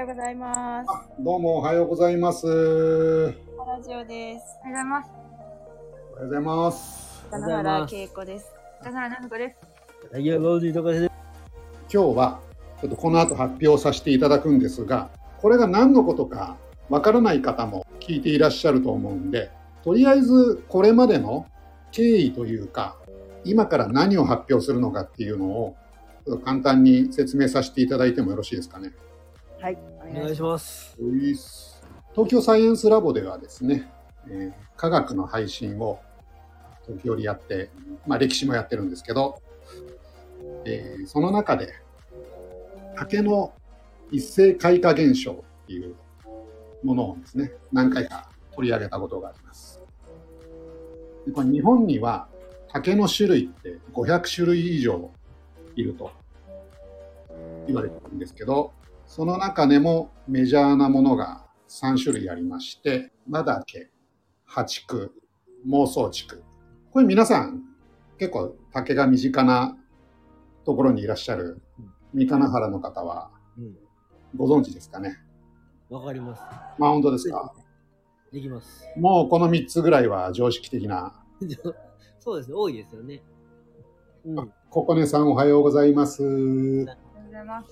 ございます。 どうもおはようございます。 ラジオです。 おはようございます。 おはようございます。 田原恵子です。 田原奈美子です。 今日はちょっとこの後発表させていただくんですが、これが何のことかわからない方も聞いていらっしゃると思うんで、とりあえずこれまでの経緯というか、今から何を発表するのかっていうのをちょっと簡単に説明させていただいてもよろしいですかね。 はい、 お願いします。 東京サイエンスラボではですね、科学の配信を時折やって、歴史もやってるんですけど、その中で竹の一斉開花現象っていうものをですね、何回か取り上げたことがあります。でこれ日本には竹の種類って500種類以上いると言われてるんですけど、その中でもメジャーなものが3種類ありまして、マダケ、ハチク、モウソウチク。これ皆さん結構竹が身近なところにいらっしゃる三金原の方はご存知ですかね。 わかります。 本当ですか。 できます。 もうこの3つぐらいは常識的な。 そうですね、多いですよね。 ここねさんおはようございます。 おはようございます。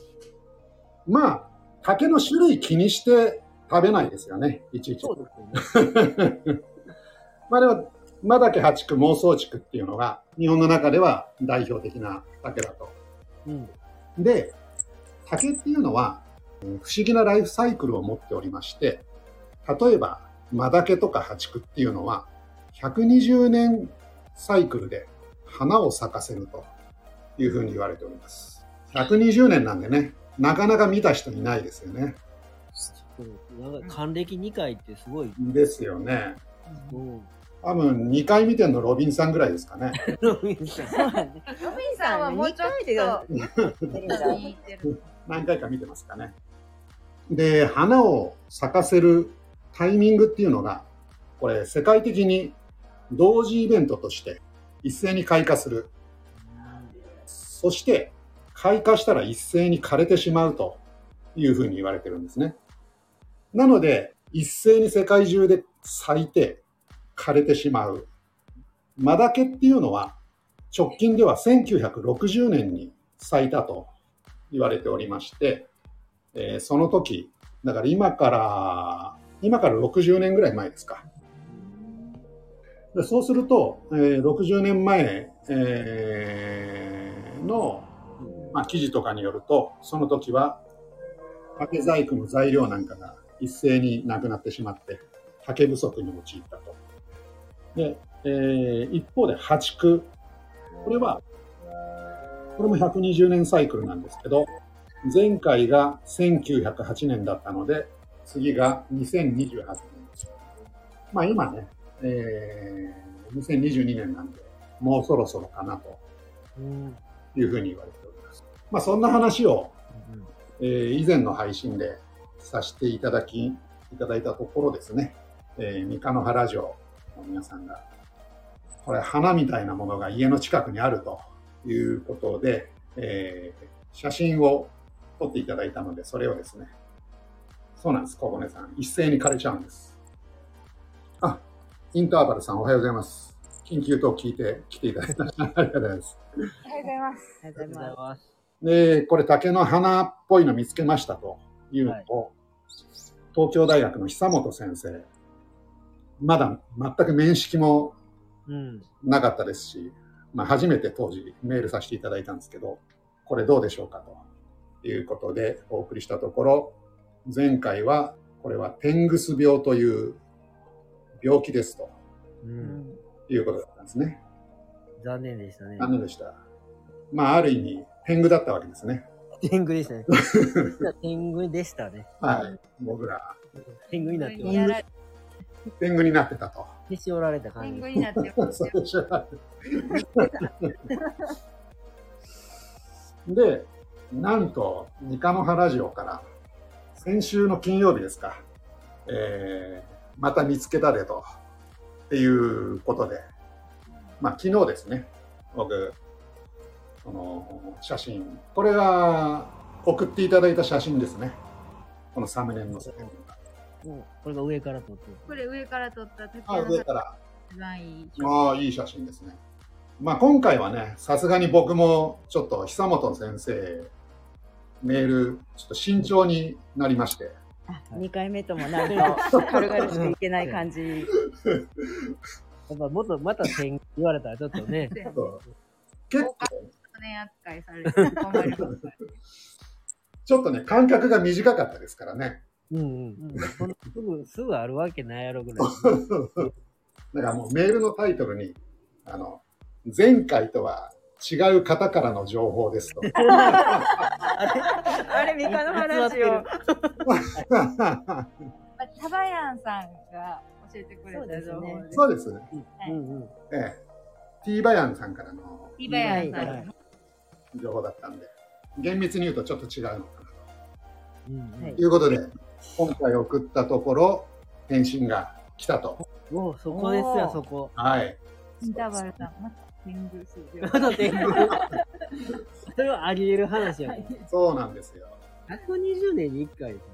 竹の種類気にして食べないですよね、いちいち。 そうですよね。 でも、マダケ、ハチク、モウソウチクっていうのが日本の中では代表的な竹だと。で、竹っていうのは不思議なライフサイクルを持っておりまして、例えばマダケとかハチクっていうのは120年サイクルで花を咲かせるというふうに言われております。120年なんでね、なかなか見た人いないですよね。 還暦2回ってすごいですよね。多分2回見てるのロビンさんぐらいですかね。 ロビンさんはもうちょっと何回か見てますかね。で、花を咲かせるタイミングっていうのが、これ世界的に同時イベントとして一斉に開花する。そして開花したら一斉に枯れてしまうというふうに言われてるんですね。なので一斉に世界中で咲いて枯れてしまう。マダケっていうのは直近では1960年に咲いたと言われておりまして、その時だから今から60年ぐらい前ですか。でそうすると、60年前、の、記事とかによると、その時は竹細工の材料なんかが一斉になくなってしまって竹不足に陥ったと。で、一方でハチク、これも120年サイクルなんですけど、前回が1908年だったので、次が2028年。今ね、2022年なんで、もうそろそろかなというふうに言われております。そんな話を、以前の配信でさせていただいたところですね、三日野原城の皆さんが、これ花みたいなものが家の近くにあるということで、写真を撮っていただいたので、それをですね、そうなんです、小骨さん、一斉に枯れちゃうんです。インターバルさんおはようございます。緊急と聞いて来ていただいたありがとうございます。 おはようございます。 ありがとうございます。 で、これ竹の花っぽいの見つけましたというのを、東京大学の久本先生、まだ全く面識もなかったですし、初めて当時メールさせていただいたんですけど、これどうでしょうかということでお送りしたところ、前回はこれは天狗巣病という病気ですと、いうことだったんですね。 残念でしたね。 残念でした。ある意味天狗だったわけですね。 天狗でしたね。天狗でしたね。 僕ら天狗になってました。 天狗になってたと。 へし折られた感じ。 天狗になってますよ。 で、なんと三日野原城から先週の金曜日ですか、また見つけたでとっていうことで、昨日ですね、僕この写真、これが送っていただいた写真ですね。 このサムネに載せてるのが。 これが上から撮ってこれ上から撮った時あ、上から。 一番いい。 ああ、いい写真ですね。まあ今回はね、さすがに僕もちょっと久本先生、メール、ちょっと慎重になりまして。 2回目ともなんか軽々しくいけない感じ。 やっぱもっとまた点言われたらちょっとね。 結構、 ね、扱いされて困ります。 ちょっとね、間隔が短かったですからね。 すぐあるわけないやろぐらい。 だからもうメールのタイトルに、前回とは違う方からの情報ですと。 あれ、ミカの話を。 タバヤンさんが教えてくれた情報です。 そうです。ティーバヤンさんからのティーバヤンさんの情報だったんで、厳密に言うとちょっと違うのかなと。 ということで、今回送ったところ、返信が来たと。 もうそこですよ、そこ。 はい。 インターバルさん、また天狗する。 また天狗。それはあり得る話やね。 そうなんですよ。 120年に1回です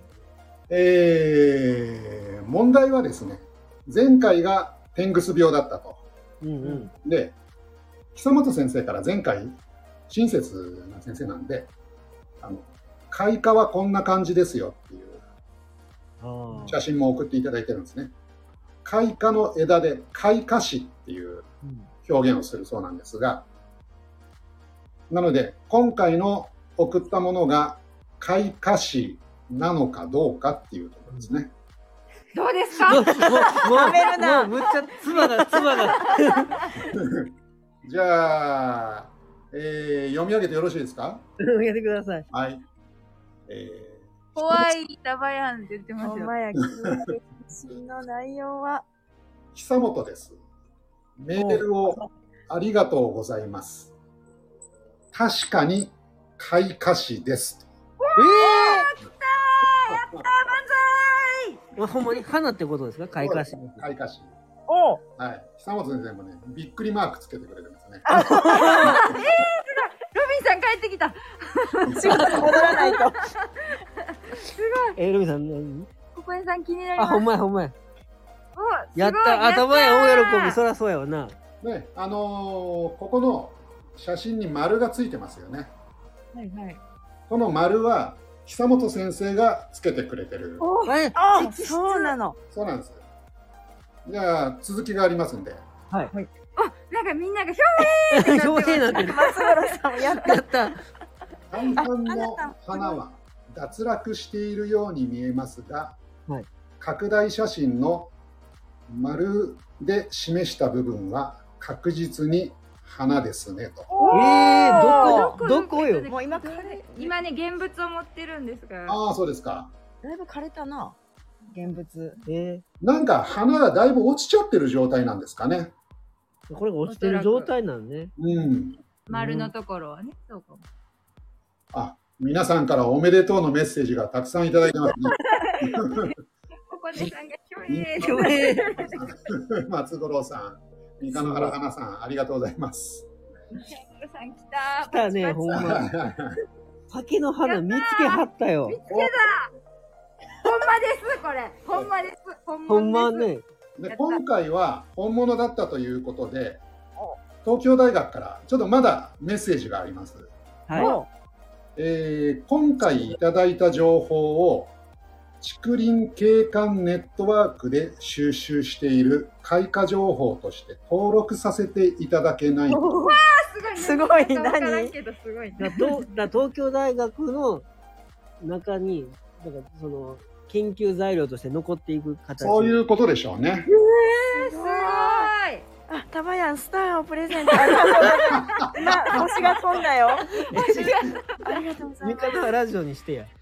ね。問題はですね、前回が天狗病だったと。で、久本先生から前回、親切な先生なんで、開花はこんな感じですよっていう写真も送っていただいてるんですね。開花の枝で開花枝っていう表現をするそうなんですが、なので今回の送ったものが開花枝なのかどうかっていうところですね。 どうですか？ もうむっちゃ唾が。 じゃあ、読み上げてよろしいですか？ 読み上げてください。 はい。 怖いタバヤンって言ってますよ。 ほんまや、信の内容は。 久本です。メールをありがとうございます。確かに開花枝です。 来たー、やったー、万歳。 ほんまに花ってことですか？開花枝。 開花枝。 おはい。久本先生もね、びっくりマークつけてくれるんですね。 すごい。ロビンさん帰ってきた。 仕事に戻らないと。 すごい。 ロビンさん、 ここにさん気になります。 ほんまや。 お、 やった、頭や大喜び、そりゃそうやわな。 ね、ここの写真に丸がついてますよね。 はいはい。 この丸は久本先生がつけてくれてる。 あ、そうなの。 そうなんです。じゃあ続きがありますんで。 はい。 お、なんかみんながひょー表現なんてる。 松原さんもやった。 大半の花は脱落しているように見えますが、拡大写真の丸で示した部分は確実に花ですねと。 どこよ。 もう今ね、現物を持ってるんですが。 ああ、そうですか。 だいぶ枯れたな。現物。 なんか花がだいぶ落ちちゃってる状態なんですかね。 これが落ちてる状態なんね。 丸のところはね、そうかも。 あ、皆さんからおめでとうのメッセージがたくさんいただいてますね。 ここでさんがひょー松五郎さん、三日野原花さん、ありがとうございます。 さん来た。 来たね、ほんま。竹の花見つけはったよ。 見つけた。ほんまです、これ。ほんまです。 ほんまね。 で、今回は本物だったということで、東京大学からちょっとまだメッセージがあります。 はい。 今回いただいた情報を竹林景観ネットワークで収集している開花情報として登録させていただけないか。 すごい、何？ 東京大学の中に、その研究材料として残っていく形。 そういうことでしょうね。 すごい。 あ、タバヤンスターをプレゼントありがとうございます。今星が飛んだよ。星が。ありがとうございます。 味方はラジオにしてや。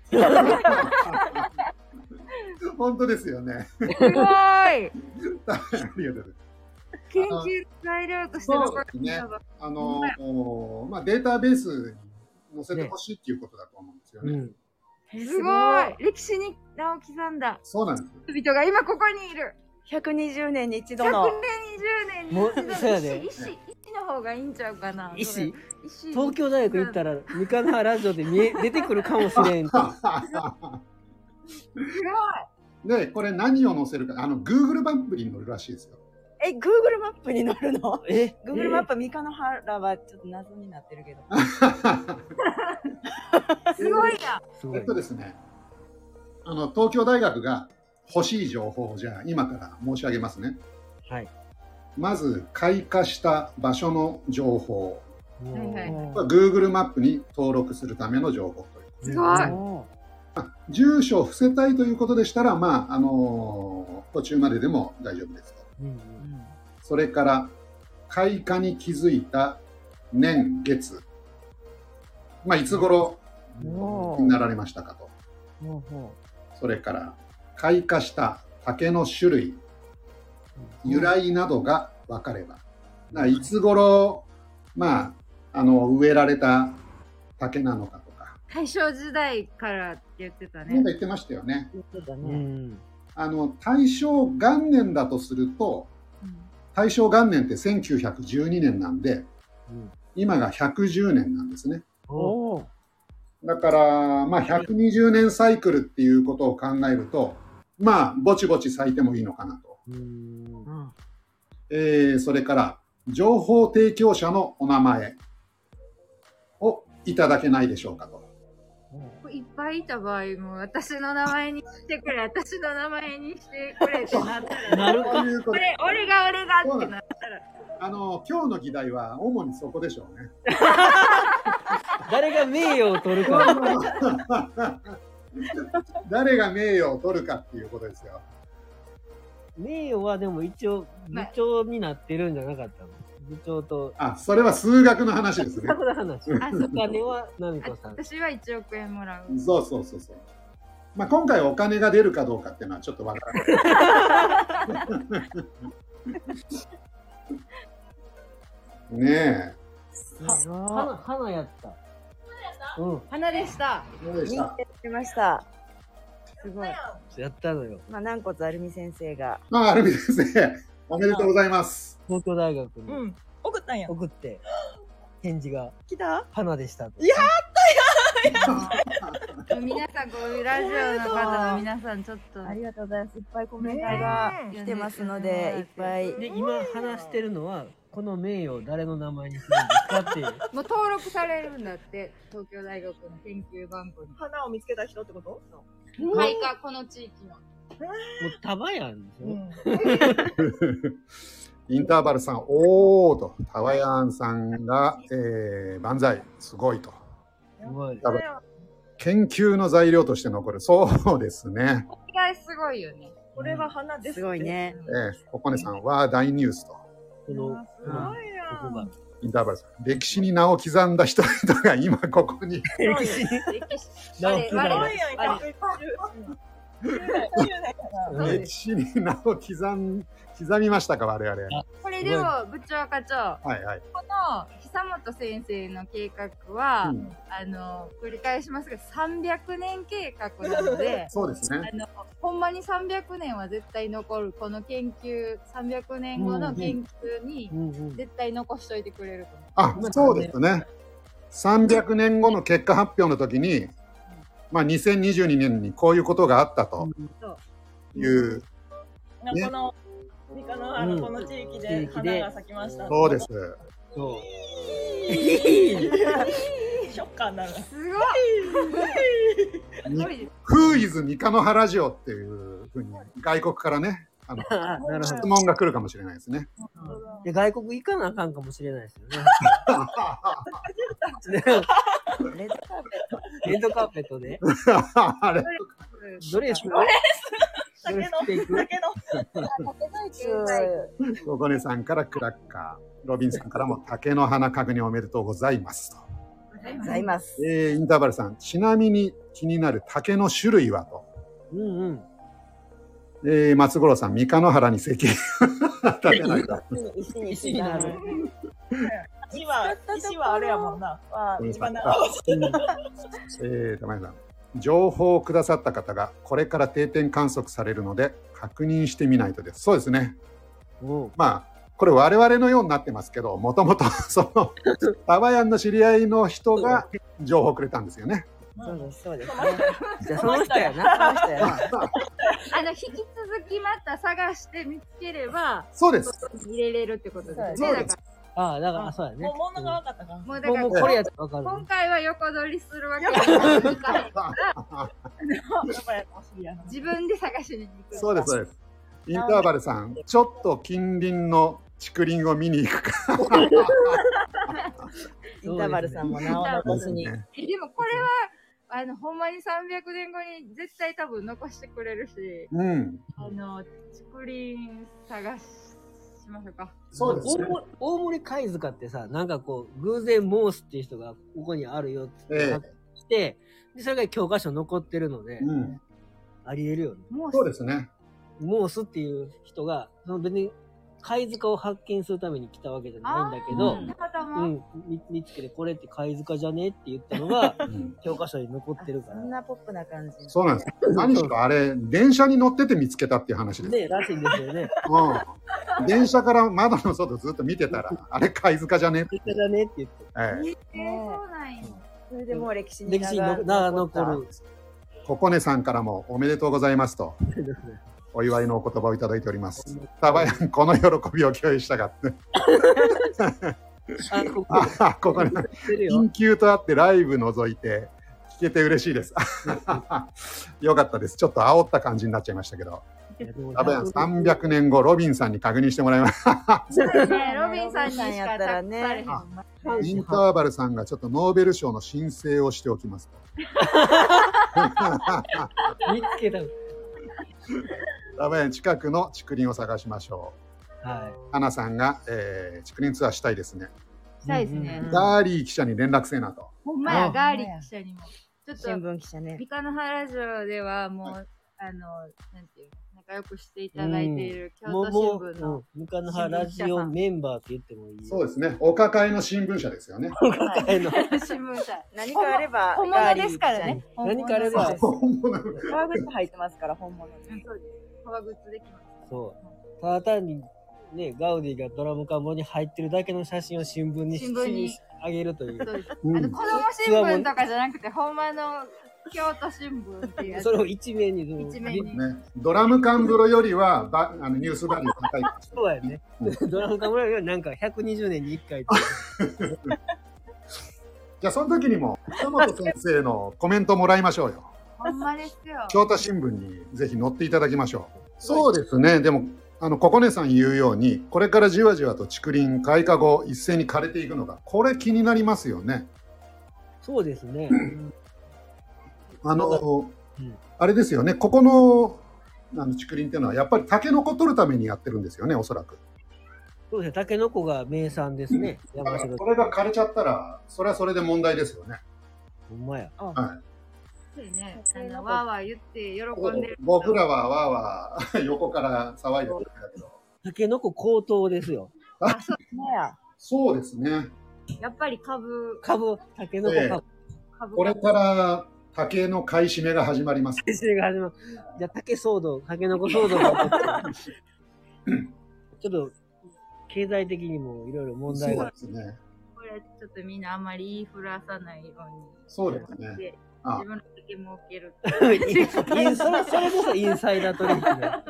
本当ですよね。 すごい。 ありがとうございます。 研究材料として残ってね。まあデータベースに載せてほしいっていうことだと思うんですよね。 すごい。歴史に名を刻んだ。 そうなんです。 人が今ここにいる。 120年に一度の。 120年に一度の石の方がいいんちゃうかな。 石。東京大学行ったら三日野原ラジオで出てくるかもしれん。 で、これ何を載せるか、Google マップに載るらしいですよ。 Google マップに載るの？ え Google マップ三日の原はちょっと謎になってるけど。 すごいや。 すごい。 ですね、東京大学が欲しい情報をじゃあ今から申し上げますね。 はい。 まず開花した場所の情報、 はい Google マップに登録するための情報という。 すごい。 住所を伏せたいということでしたら、途中まででも大丈夫ですと。それから開花に気づいた年月、いつ頃になられましたかと。それから開花した竹の種類、由来などが分かれば、いつ頃植えられた竹なのかとか。 大正時代からって言ってたね。 なんか言ってましたよね。 言ってたね。 大正元年だとすると、大正元年って1912年なんで、今が110年なんですね。だから、120年サイクルっていうことを考えると、ぼちぼち咲いてもいいのかなと。それから、情報提供者のお名前をいただけないでしょうかと。 いっぱいいた場合も私の名前にしてくれ、私の名前にしてくれってなったら、 なるほど。 俺がってなったら。 今日の議題は主にそこでしょうね。 誰が名誉を取るか。 誰が名誉を取るかっていうことですよ。 名誉はでも一応部長になってるんじゃなかったの？部長と。 それは数学の話ですね。 数学の話。お金はナミコさん。 私は1億円もらう。 そう。今回お金が出るかどうかっていうのはちょっとわからない。ねえ。 花やった。 花でした。 どうでした？ 出ました。 すごい。 やったのよ。 軟骨アルミ先生が。 アルミ先生、おめでとうございます。 東京大学に送ったんや。 送って返事が来た？ 花でしたと。 や皆さん、こういうラジオの方の皆さん、ちょっと。 ありがとうございます。いっぱいコメントが来てますので、いっぱい。 で、今話してるのは、この名誉を誰の名前にするんですかっていう。 もう登録されるんだって、東京大学の研究バンクに。 花を見つけた人ってこと？ 開花、この地域の。 もうタバヤンでしょ。 インターバルさん、おーと、タワヤンさんが、万歳、すごいと。 すごい。 研究の材料として残る。そうですね。 これがすごいよね。 これは花です。すごいね。 ココネさんは大ニュースと。 すごいやん。 インターバルさん、歴史に名を刻んだ人々が今ここに。 歴史に名を刻んだ。 歴史に名を刻みましたか、我々。 これでも、部長課長。この久本先生の計画は、繰り返しますが、300年計画なので、 そうですね。 ほんまに300年は絶対残る、この研究、300年後の研究に絶対残しといてくれると思う。 そうですね。300年後の結果発表の時に、2022年にこういうことがあったという。 この三日の原この地域で花が咲きました。 そうです。 そう。 ショッカーになる。 すごい。 Who is 三日の原城っていうふうに外国からね、質問が来るかもしれないですね。 外国行かなあかんかもしれないですよね。レッドカーペットで。ドレス。 ココネさんからクラッカー、ロビンさんからも竹の花確認おめでとうございますと。 ございます。 インターバルさん、ちなみに気になる竹の種類はと。松五郎さん、三日の原に石石になる。石はあれやもんな。一番長い。 玉井さん、情報をくださった方がこれから定点観測されるので確認してみないとです。そうですね。これ我々のようになってますけど、もともとそのタワヤンの知り合いの人が情報をくれたんですよね。 そうですそうですね。 じゃあその人やな。 その人やな。 引き続きまた探して見つければ、 そうです。 入れれるってことですね。 そうです。 ああ、だから、そうやね。 もう物が分かったか。 もうだからもうこれやったらわかる。 今回は横取りするわけにはいかないから自分で探しに行く。 そうです、そうです。インターバルさん、ちょっと近隣の竹林を見に行くか。 インターバルさんも名を残すに。 でもこれはほんまに300年後に絶対多分残してくれるし、 うん。 竹林探しましょうか。 そうですね。 大森貝塚ってさ、なんかこう、偶然モースっていう人がここにあるよって来て、で、それが教科書残ってるので、あり得るよね。 そうですね。 モースっていう人が、その別に貝塚を発見するために来たわけじゃないんだけど、見つけてこれって貝塚じゃねって言ったのが、教科書に残ってるから。 そんなポップな感じ。 そうなんです。何しろあれ、電車に乗ってて見つけたっていう話です。 ね、らしいんですよね。 電車から窓の外ずっと見てたら、あれ貝塚じゃねって。 貝塚じゃねって言って。 そうなんや。 それでもう歴史に残る。 ここねさんからもおめでとうございますと。お祝いのお言葉をいただいております。タバヤン、この喜びを共有したかった。ここね、緊急とあってライブ覗いて聞けて嬉しいです。よかったです。ちょっと煽った感じになっちゃいましたけど。タバヤン、300年後、ロビンさんに確認してもらいます。 そうですね、ロビンさんにしか託されへん。 インターバルさんがちょっとノーベル賞の申請をしておきますと。 見つけた。 タバヤン、近くの竹林を探しましょう。花さんが、竹林ツアーしたいですね。 したいですね。 ガーリー記者に連絡せえなと。 ほんまや、ガーリー記者にも。ちょっと新聞記者ね。 三日野原城ではもう、なんていう、仲良くしていただいている京都新聞の。 三日野原ラジオメンバーって言ってもいい。 そうですね。お抱えの新聞社ですよね。 お抱えの新聞社。 何かあれば、 本物ですからね。 何かあれば。 本物。 革靴履いてますから、本物に。 そうです。革靴できます。 そう。ただ単に、ね、ガウディがドラム缶に入ってるだけの写真を新聞にあげるという。 そうです。子供新聞とかじゃなくて、ほんまの京都新聞っていうやつ。 それを一面に。 ドラム缶風呂よりはニュースバリュー高い。 そうやね。ドラム缶風呂よりはなんか120年に1回。 じゃあその時にも北本先生のコメントもらいましょうよ。 ほんまですよ。 京都新聞にぜひ載っていただきましょう。そうですね。でもここねさん言うように、これからじわじわと竹林開花後一斉に枯れていくのが、これ気になりますよね。 そうですね。 あれですよね。ここの竹林っていうのはやっぱりタケノコ取るためにやってるんですよね、おそらく。 そうですね。タケノコが名産ですね。 だからこれが枯れちゃったら、それはそれで問題ですよね。 ほんまや。 はい。 そうね。わーわー言って喜んでる。 僕らはわーわー横から騒いでるだけだけど。 タケノコ高騰ですよ。 そうですね。 やっぱり株、 タケノコ株。 これから竹の買い占めが始まります。 買い占めが始まる。じゃあ竹騒動、タケノコ騒動がちょっと経済的にもいろいろ問題が。 そうですね。 これちょっとみんなあんまり言いふらさないように。 そうですね。 自分の竹儲ける。 それこそインサイダー取引だ。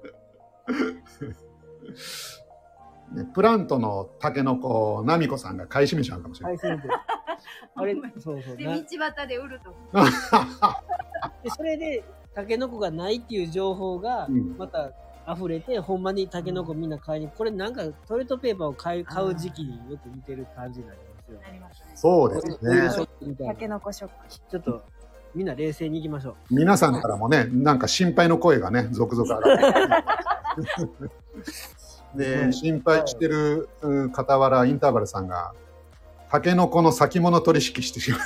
プラントのタケノコをナミコさんが買い占めちゃうかもしれない。 あれ、そうそう。 で、道端で売ると。 で、それで、タケノコがないっていう情報が、また溢れて、ほんまにタケノコみんな買いに、これなんかトイレットペーパーを買う時期によく似てる感じになりますよ。 そうですね。 タケノコショック。 ちょっと、みんな冷静に行きましょう。 皆さんからもね、なんか心配の声がね、続々上がって。で、心配してる傍ら、インターバルさんが、タケノコの先物取引してしまう。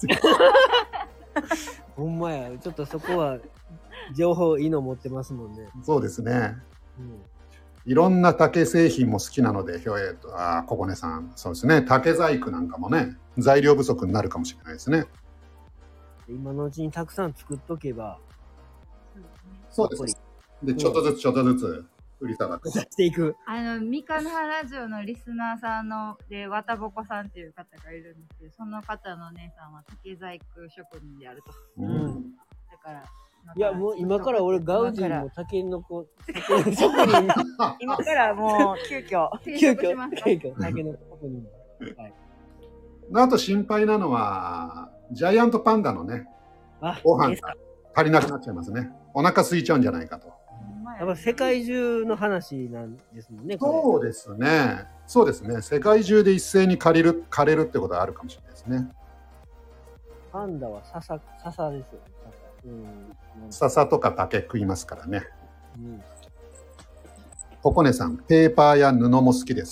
ほんまや、ちょっとそこは、情報いいの持ってますもんね。 そうですね。いろんな竹製品も好きなので、ここねさん、そうですね、竹細工なんかもね、材料不足になるかもしれないですね。 今のうちにたくさん作っとけば。 そうです。で、ちょっとずつ。 売りさばく。 出していく。 ミカの葉ラジオのリスナーさんので、わたぼこさんっていう方がいるんですけど、その方のお姉さんは竹細工職人であると。だから、 いや、もう今から俺、ガウジーもタケノコ職人。 今からもう、急遽。 タケノコ職人。はい。 あと心配なのは、ジャイアントパンダのね、ご飯が足りなくなっちゃいますね。お腹空いちゃうんじゃないかと。 やっぱ世界中の話なんですもんね。 そうですね。そうですね。世界中で一斉に枯れるってことはあるかもしれないですね。 パンダは笹ですよ。 笹とか竹食いますからね。ココネさん、ペーパーや布も好きです。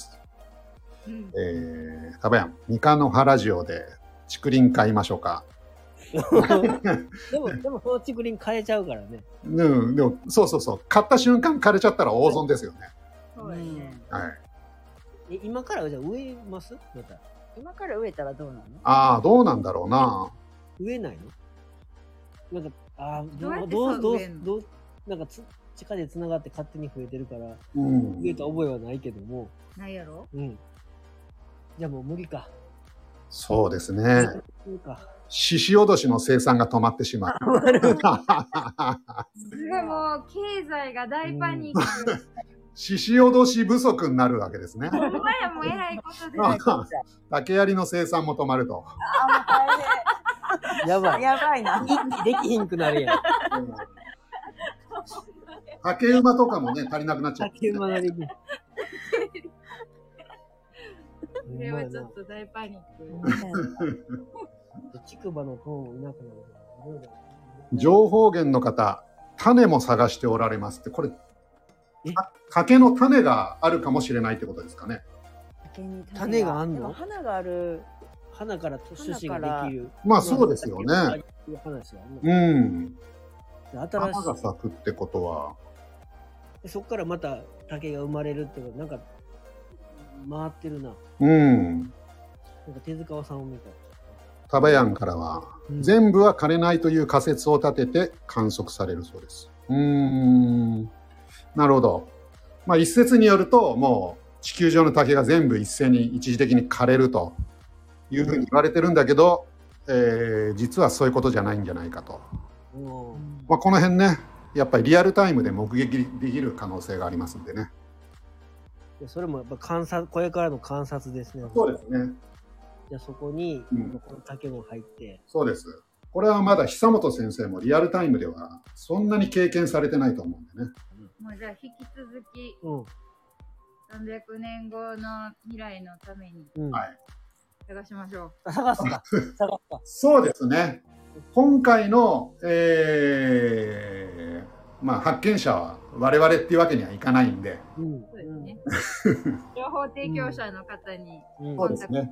タバヤン、ミカの葉ラジオで竹林買いましょうか。 でもその竹林枯れちゃうからね。 でもそう買った瞬間枯れちゃったら大損ですよね。 そうだね。 はい。 今からじゃあ植えます？また。 今から植えたらどうなの？ ああ、どうなんだろうな。 植えないの？なんかどうなんか地下でつながって勝手に増えてるから、植えた覚えはないけども。 ないやろ？ じゃあもう無理か。 そうですね。獅子おどしの生産が止まってしまう。すごいもう経済が大パニック。 獅子おどし不足になるわけですね。 ほんまやもう偉いことで。 竹槍の生産も止まると。 やばい。 やばいな。 一気できひんくなるやん。 竹馬とかもね、足りなくなっちゃう、 竹馬ができる。 これはちょっと大パニック。 竹馬のトーンもいなくなる。 情報源の方、種も探しておられますって、これ、竹の種があるかもしれないってことですかね。 種があるの？ 花がある。 花から種子ができる。 まあそうですよね。花が咲くってことは。 そこからまた竹が生まれるってこと、なんか回ってるな。なんか手塚治虫みたい。 タバヤンからは、全部は枯れないという仮説を立てて観測されるそうです。なるほど。まあ一説によると、もう地球上の竹が全部一斉に一時的に枯れるというふうに言われてるんだけど、実はそういうことじゃないんじゃないかと。まあこの辺ね、やっぱりリアルタイムで目撃できる可能性がありますんでね。 それもやっぱ観察、これからの観察ですね。 そうですね。 じゃあそこにこの竹も入って。 そうです。これはまだ久本先生もリアルタイムではそんなに経験されてないと思うんでね。 もうじゃあ引き続き、300年後の未来のために探しましょう。 探すか。 そうですね。今回の、まあ、発見者は我々っていうわけにはいかないんで。 そうですね。情報提供者の方にコンタクトして、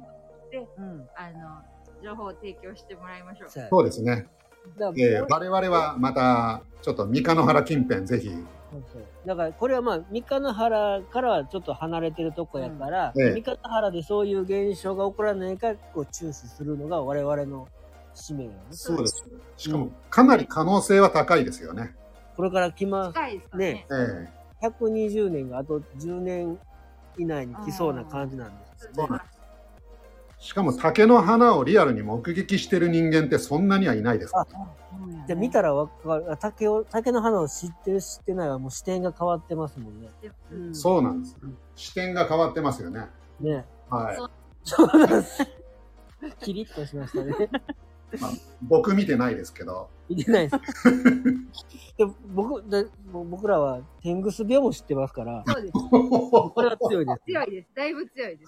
情報を提供してもらいましょう。 そうですね。我々はまたちょっと三日野原近辺ぜひ。 だからこれはまあ三日野原からはちょっと離れてるとこやから、三日野原でそういう現象が起こらないかを注視するのが我々の使命やね。 そうです。しかもかなり可能性は高いですよね。 これから来ますね。 120年があと10年以内に来そうな感じなんです。 しかも竹の花をリアルに目撃してる人間ってそんなにはいないですから。 じゃあ見たら分かる。竹の花を知ってる知ってないはもう視点が変わってますもんね。 そうなんです。視点が変わってますよね。 ね。 はい。 そうなんです。キリッとしましたね。 僕見てないですけど。 見てないです。で僕らは天狗病も知ってますから。 そうです。 これは強いです。 強いです。だいぶ強いです。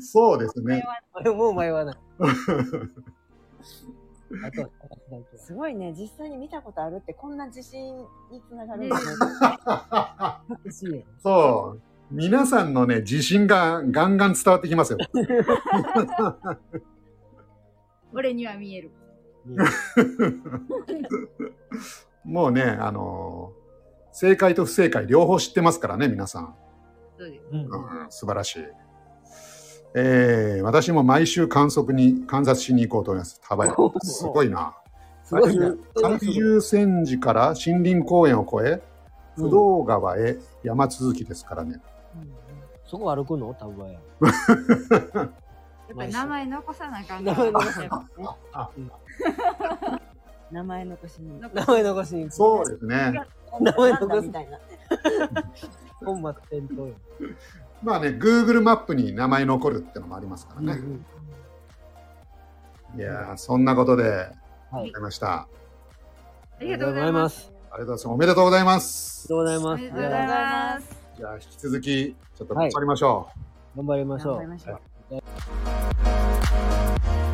そうですね。 もう迷わない。 すごいね。実際に見たことあるってこんな自信につながるんだね。 そう。皆さんのね、自信がガンガン伝わってきますよ。 俺には見える。 もうね、正解と不正解両方知ってますからね、皆さん。 そうです。 素晴らしい。私も毎週観察しに行こうと思います。すごいな。最終戦時から森林公園を越え、 不動川へ山続きですからね。 そこ歩くの田場屋。 やっぱり名前残さなあかん名前残さな名前残しに。 名前残しに。 そうですね。 名前残すみたいな。 本末転倒よ。 まあね、Google マップに名前残るってのもありますからね。いやー、そんなことでございました。 ありがとうございます。 ありがとうございます。おめでとうございます。 ありがとうございます。 ありがとうございます。 じゃあ引き続きちょっと頑張りましょう。 頑張りましょう。